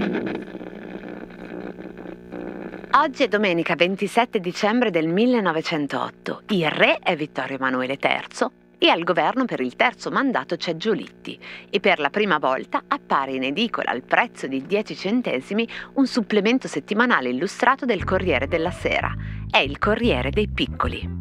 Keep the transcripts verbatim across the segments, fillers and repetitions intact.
Oggi è domenica ventisette dicembre del millenovecentootto. Il re è Vittorio Emanuele terzo e al governo per il terzo mandato c'è Giolitti e per la prima volta appare in edicola al prezzo di dieci centesimi un supplemento settimanale illustrato del Corriere della Sera. È il Corriere dei Piccoli.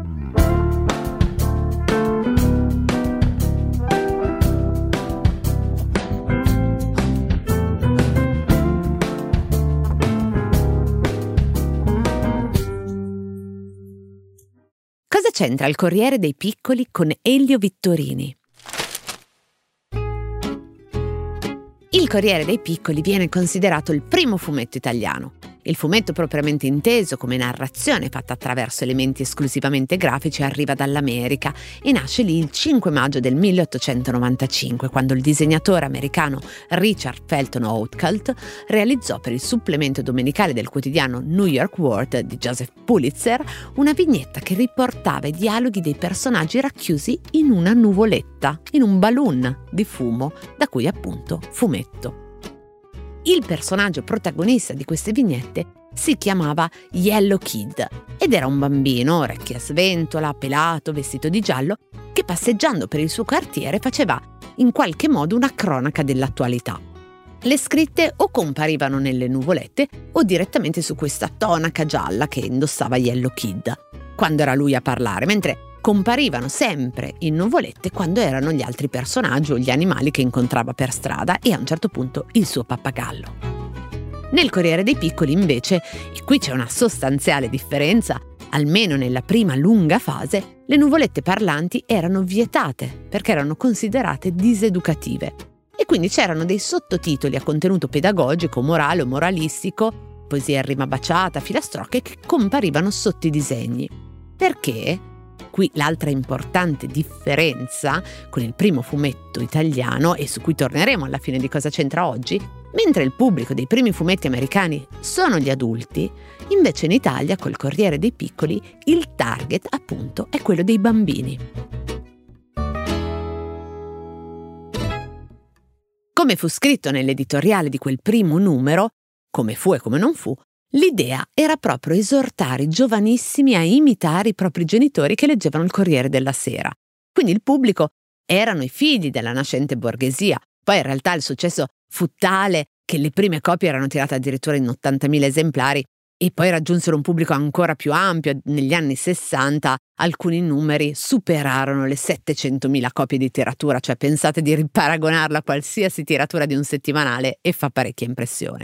Cosa c'entra il Corriere dei Piccoli con Elio Vittorini? Il Corriere dei Piccoli viene considerato il primo fumetto italiano. Il fumetto propriamente inteso come narrazione fatta attraverso elementi esclusivamente grafici arriva dall'America e nasce lì il cinque maggio del milleottocentonovantacinque, quando il disegnatore americano Richard Felton Outcalt realizzò per il supplemento domenicale del quotidiano New York World di Joseph Pulitzer una vignetta che riportava i dialoghi dei personaggi racchiusi in una nuvoletta, in un balloon di fumo, da cui appunto fumetto. Il personaggio protagonista di queste vignette si chiamava Yellow Kid ed era un bambino, orecchie a sventola, pelato, vestito di giallo, che passeggiando per il suo quartiere faceva in qualche modo una cronaca dell'attualità. Le scritte o comparivano nelle nuvolette o direttamente su questa tonaca gialla che indossava Yellow Kid, quando era lui a parlare, mentre comparivano sempre in nuvolette quando erano gli altri personaggi o gli animali che incontrava per strada e a un certo punto il suo pappagallo. Nel Corriere dei Piccoli invece, e qui c'è una sostanziale differenza, almeno nella prima lunga fase, le nuvolette parlanti erano vietate perché erano considerate diseducative e quindi c'erano dei sottotitoli a contenuto pedagogico, morale o moralistico, poesia in rima baciata, filastrocche che comparivano sotto i disegni. Perché? Qui l'altra importante differenza con il primo fumetto italiano, e su cui torneremo alla fine di Cosa c'entra oggi, mentre il pubblico dei primi fumetti americani sono gli adulti, invece in Italia col Corriere dei Piccoli il target appunto è quello dei bambini. Come fu scritto nell'editoriale di quel primo numero, come fu e come non fu, l'idea era proprio esortare i giovanissimi a imitare i propri genitori che leggevano il Corriere della Sera. Quindi il pubblico erano i figli della nascente borghesia. Poi in realtà il successo fu tale che le prime copie erano tirate addirittura in ottantamila esemplari e poi raggiunsero un pubblico ancora più ampio. Negli anni sessanta alcuni numeri superarono le settecentomila copie di tiratura, cioè pensate di riparagonarla a qualsiasi tiratura di un settimanale e fa parecchia impressione.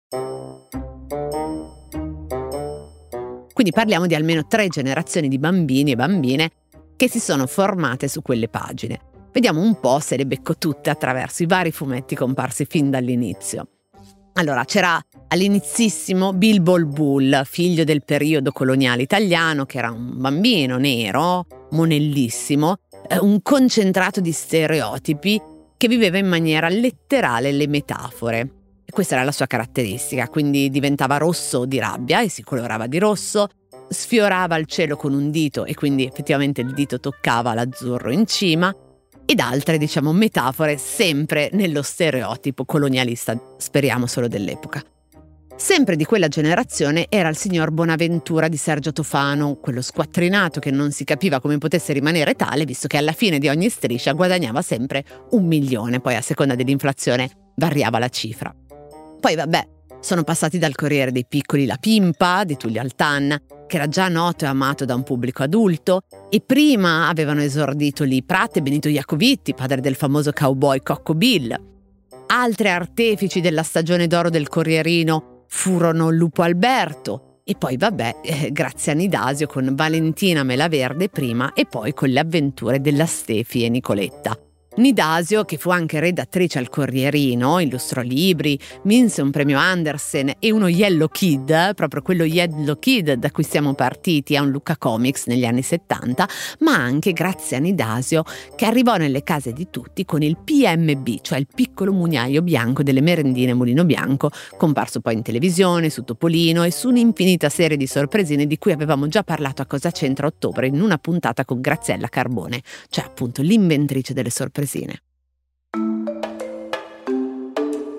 Quindi parliamo di almeno tre generazioni di bambini e bambine che si sono formate su quelle pagine. Vediamo un po' se le becco tutte attraverso i vari fumetti comparsi fin dall'inizio. Allora, c'era all'inizissimo Bilbo il Bull, figlio del periodo coloniale italiano, che era un bambino nero, monellissimo, un concentrato di stereotipi che viveva in maniera letterale le metafore. Questa era la sua caratteristica, quindi diventava rosso di rabbia e si colorava di rosso, sfiorava il cielo con un dito e quindi effettivamente il dito toccava l'azzurro in cima, ed altre, diciamo, metafore sempre nello stereotipo colonialista, speriamo solo dell'epoca. Sempre di quella generazione era il signor Bonaventura di Sergio Tofano, quello squattrinato che non si capiva come potesse rimanere tale, visto che alla fine di ogni striscia guadagnava sempre un milione, poi a seconda dell'inflazione variava la cifra. Poi vabbè, sono passati dal Corriere dei Piccoli La Pimpa di Tullio Altan, che era già noto e amato da un pubblico adulto, e prima avevano esordito lì Pratt e Benito Iacovitti, padre del famoso cowboy Cocco Bill. Altre artefici della stagione d'oro del Corrierino furono Lupo Alberto, e poi vabbè, eh, grazie a Nidasio con Valentina Melaverde prima e poi con le avventure della Stefi e Nicoletta. Nidasio, che fu anche redattrice al Corrierino, illustrò libri, vinse un premio Andersen e uno Yellow Kid, proprio quello Yellow Kid da cui siamo partiti a un Lucca Comics negli anni settanta, ma anche grazie a Nidasio che arrivò nelle case di tutti con il P M B, cioè il piccolo mugnaio bianco delle merendine Mulino Bianco, comparso poi in televisione, su Topolino e su un'infinita serie di sorpresine di cui avevamo già parlato a Cosa c'entra ottobre in una puntata con Graziella Carbone, cioè appunto l'inventrice delle sorpresine.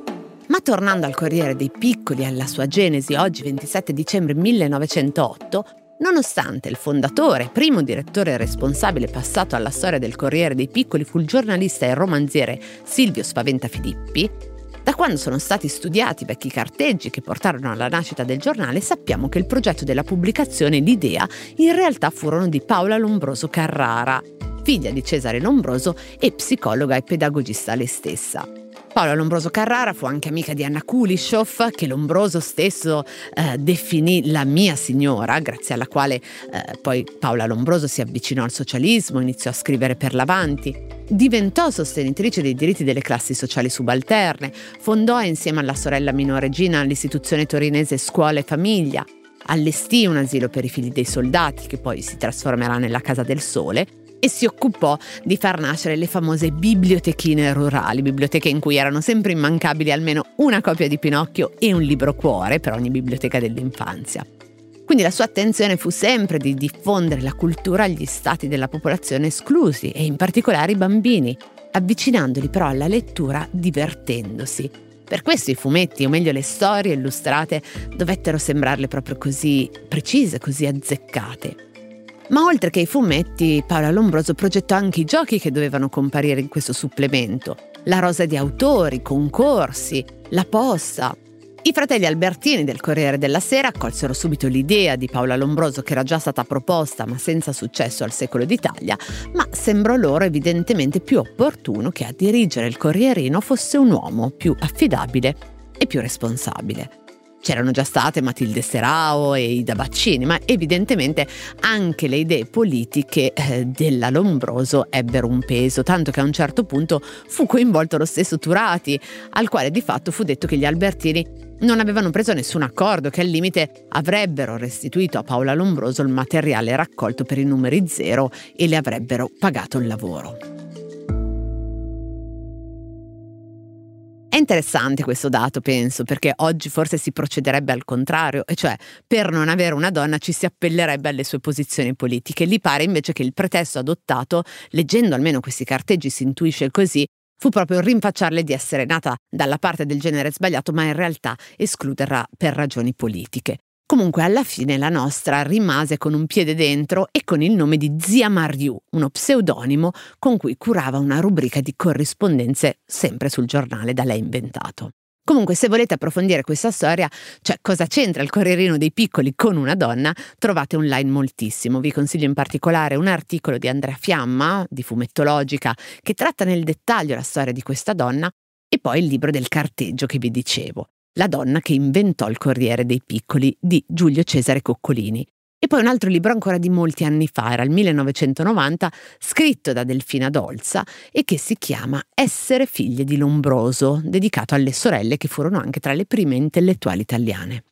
Ma tornando al Corriere dei Piccoli e alla sua genesi oggi ventisette dicembre millenovecentootto, nonostante il fondatore, primo direttore responsabile passato alla storia del Corriere dei Piccoli fu il giornalista e romanziere Silvio Spaventa Filippi, da quando sono stati studiati i vecchi carteggi che portarono alla nascita del giornale, sappiamo che il progetto della pubblicazione e l'idea in realtà furono di Paola Lombroso Carrara, figlia di Cesare Lombroso e psicologa e pedagogista lei stessa. Paola Lombroso Carrara fu anche amica di Anna Kulishov, che Lombroso stesso eh, definì la mia signora, grazie alla quale eh, poi Paola Lombroso si avvicinò al socialismo, iniziò a scrivere per l'Avanti, diventò sostenitrice dei diritti delle classi sociali subalterne, fondò insieme alla sorella minore Gina l'istituzione torinese Scuola e Famiglia, allestì un asilo per i figli dei soldati, che poi si trasformerà nella Casa del Sole, e si occupò di far nascere le famose bibliotechine rurali, biblioteche in cui erano sempre immancabili almeno una copia di Pinocchio e un libro cuore per ogni biblioteca dell'infanzia. Quindi la sua attenzione fu sempre di diffondere la cultura agli stati della popolazione esclusi e in particolare i bambini, avvicinandoli però alla lettura divertendosi. Per questo i fumetti, o meglio le storie illustrate, dovettero sembrarle proprio così precise, così azzeccate. Ma oltre che i fumetti, Paola Lombroso progettò anche i giochi che dovevano comparire in questo supplemento, la rosa di autori, concorsi, la posta. I fratelli Albertini del Corriere della Sera accolsero subito l'idea di Paola Lombroso, che era già stata proposta ma senza successo al Secolo d'Italia, ma sembrò loro evidentemente più opportuno che a dirigere il Corrierino fosse un uomo più affidabile e più responsabile. C'erano già state Matilde Serao e Ida Baccini, ma evidentemente anche le idee politiche eh, della Lombroso ebbero un peso, tanto che a un certo punto fu coinvolto lo stesso Turati, al quale di fatto fu detto che gli Albertini non avevano preso nessun accordo, che al limite avrebbero restituito a Paola Lombroso il materiale raccolto per i numeri zero e le avrebbero pagato il lavoro. È interessante questo dato, penso, perché oggi forse si procederebbe al contrario, e cioè per non avere una donna ci si appellerebbe alle sue posizioni politiche. Lì pare invece che il pretesto adottato, leggendo almeno questi carteggi si intuisce così, fu proprio rinfacciarle di essere nata dalla parte del genere sbagliato, ma in realtà escluderla per ragioni politiche. Comunque alla fine la nostra rimase con un piede dentro e con il nome di Zia Mariù, uno pseudonimo con cui curava una rubrica di corrispondenze sempre sul giornale da lei inventato. Comunque, se volete approfondire questa storia, cioè cosa c'entra il Corrierino dei Piccoli con una donna, trovate online moltissimo. Vi consiglio in particolare un articolo di Andrea Fiamma, di Fumettologica, che tratta nel dettaglio la storia di questa donna, e poi il libro del carteggio che vi dicevo, La donna che inventò il Corriere dei Piccoli, di Giulio Cesare Coccolini. E poi un altro libro ancora di molti anni fa, era il millenovecentonovanta, scritto da Delfina Dolza e che si chiama Essere figlie di Lombroso, dedicato alle sorelle che furono anche tra le prime intellettuali italiane.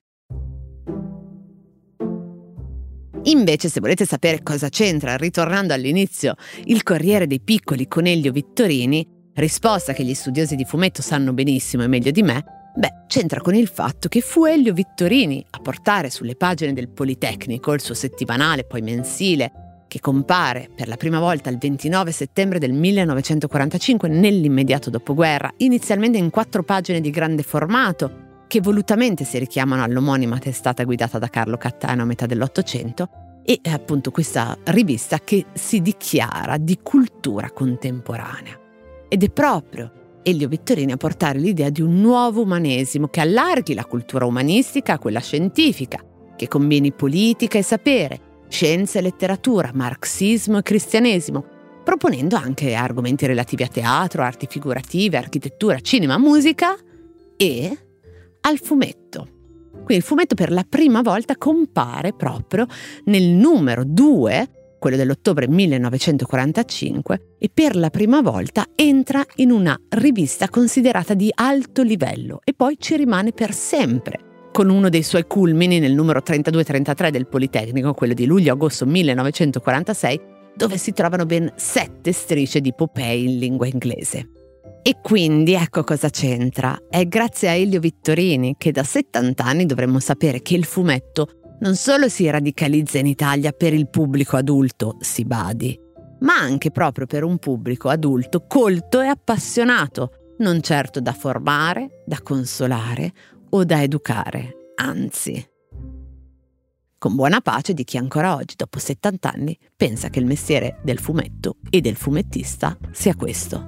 Invece, se volete sapere cosa c'entra, ritornando all'inizio, il Corriere dei Piccoli con Elio Vittorini, risposta che gli studiosi di fumetto sanno benissimo e meglio di me, beh, c'entra con il fatto che fu Elio Vittorini a portare sulle pagine del Politecnico, il suo settimanale, poi mensile, che compare per la prima volta il ventinove settembre del millenovecentoquarantacinque nell'immediato dopoguerra, inizialmente in quattro pagine di grande formato, che volutamente si richiamano all'omonima testata guidata da Carlo Cattaneo a metà dell'Ottocento, e appunto questa rivista che si dichiara di cultura contemporanea. Ed è proprio Elio Vittorini a portare l'idea di un nuovo umanesimo che allarghi la cultura umanistica a quella scientifica, che combini politica e sapere, scienza e letteratura, marxismo e cristianesimo, proponendo anche argomenti relativi a teatro, arti figurative, architettura, cinema, musica e al fumetto. Quindi il fumetto per la prima volta compare proprio nel numero due, quello dell'ottobre millenovecentoquarantacinque, e per la prima volta entra in una rivista considerata di alto livello e poi ci rimane per sempre, con uno dei suoi culmini nel numero trentadue trentatré del Politecnico, quello di luglio-agosto millenovecentoquarantasei, dove si trovano ben sette strisce di epopee in lingua inglese. E quindi ecco cosa c'entra. È grazie a Elio Vittorini che da settanta anni dovremmo sapere che il fumetto non solo si radicalizza in Italia per il pubblico adulto, si badi, ma anche proprio per un pubblico adulto colto e appassionato, non certo da formare, da consolare o da educare, anzi. Con buona pace di chi ancora oggi, dopo settanta anni, pensa che il mestiere del fumetto e del fumettista sia questo.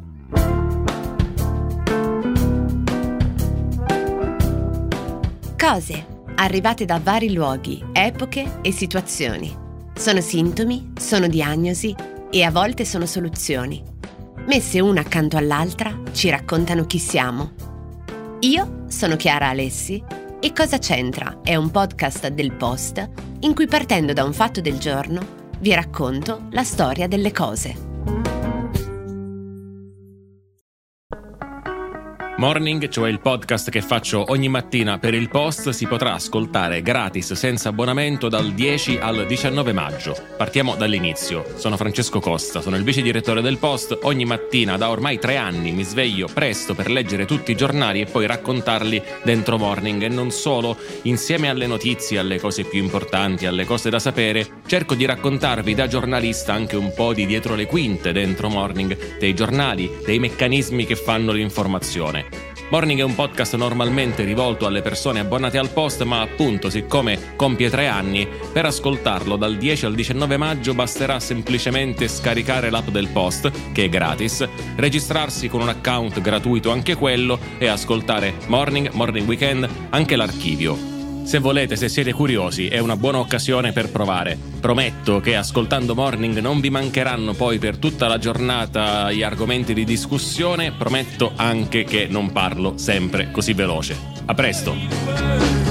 Cose arrivate da vari luoghi, epoche e situazioni. Sono sintomi, sono diagnosi e a volte sono soluzioni. Messe una accanto all'altra ci raccontano chi siamo. Io sono Chiara Alessi e Cosa c'entra è un podcast del Post in cui, partendo da un fatto del giorno, vi racconto la storia delle cose. Morning, cioè il podcast che faccio ogni mattina per il Post, si potrà ascoltare gratis senza abbonamento dal dieci al diciannove maggio. Partiamo dall'inizio. Sono Francesco Costa, sono il vice direttore del Post. Ogni mattina da ormai tre anni mi sveglio presto per leggere tutti i giornali e poi raccontarli dentro Morning, e non solo. Insieme alle notizie, alle cose più importanti, alle cose da sapere, cerco di raccontarvi da giornalista anche un po' di dietro le quinte dentro Morning, dei giornali, dei meccanismi che fanno l'informazione. Morning è un podcast normalmente rivolto alle persone abbonate al Post, ma appunto, siccome compie tre anni, per ascoltarlo dal dieci al diciannove maggio basterà semplicemente scaricare l'app del Post, che è gratis, registrarsi con un account gratuito anche quello e ascoltare Morning, Morning Weekend, anche l'archivio. Se volete, se siete curiosi, è una buona occasione per provare. Prometto che ascoltando Morning non vi mancheranno poi per tutta la giornata gli argomenti di discussione. Prometto anche che non parlo sempre così veloce. A presto!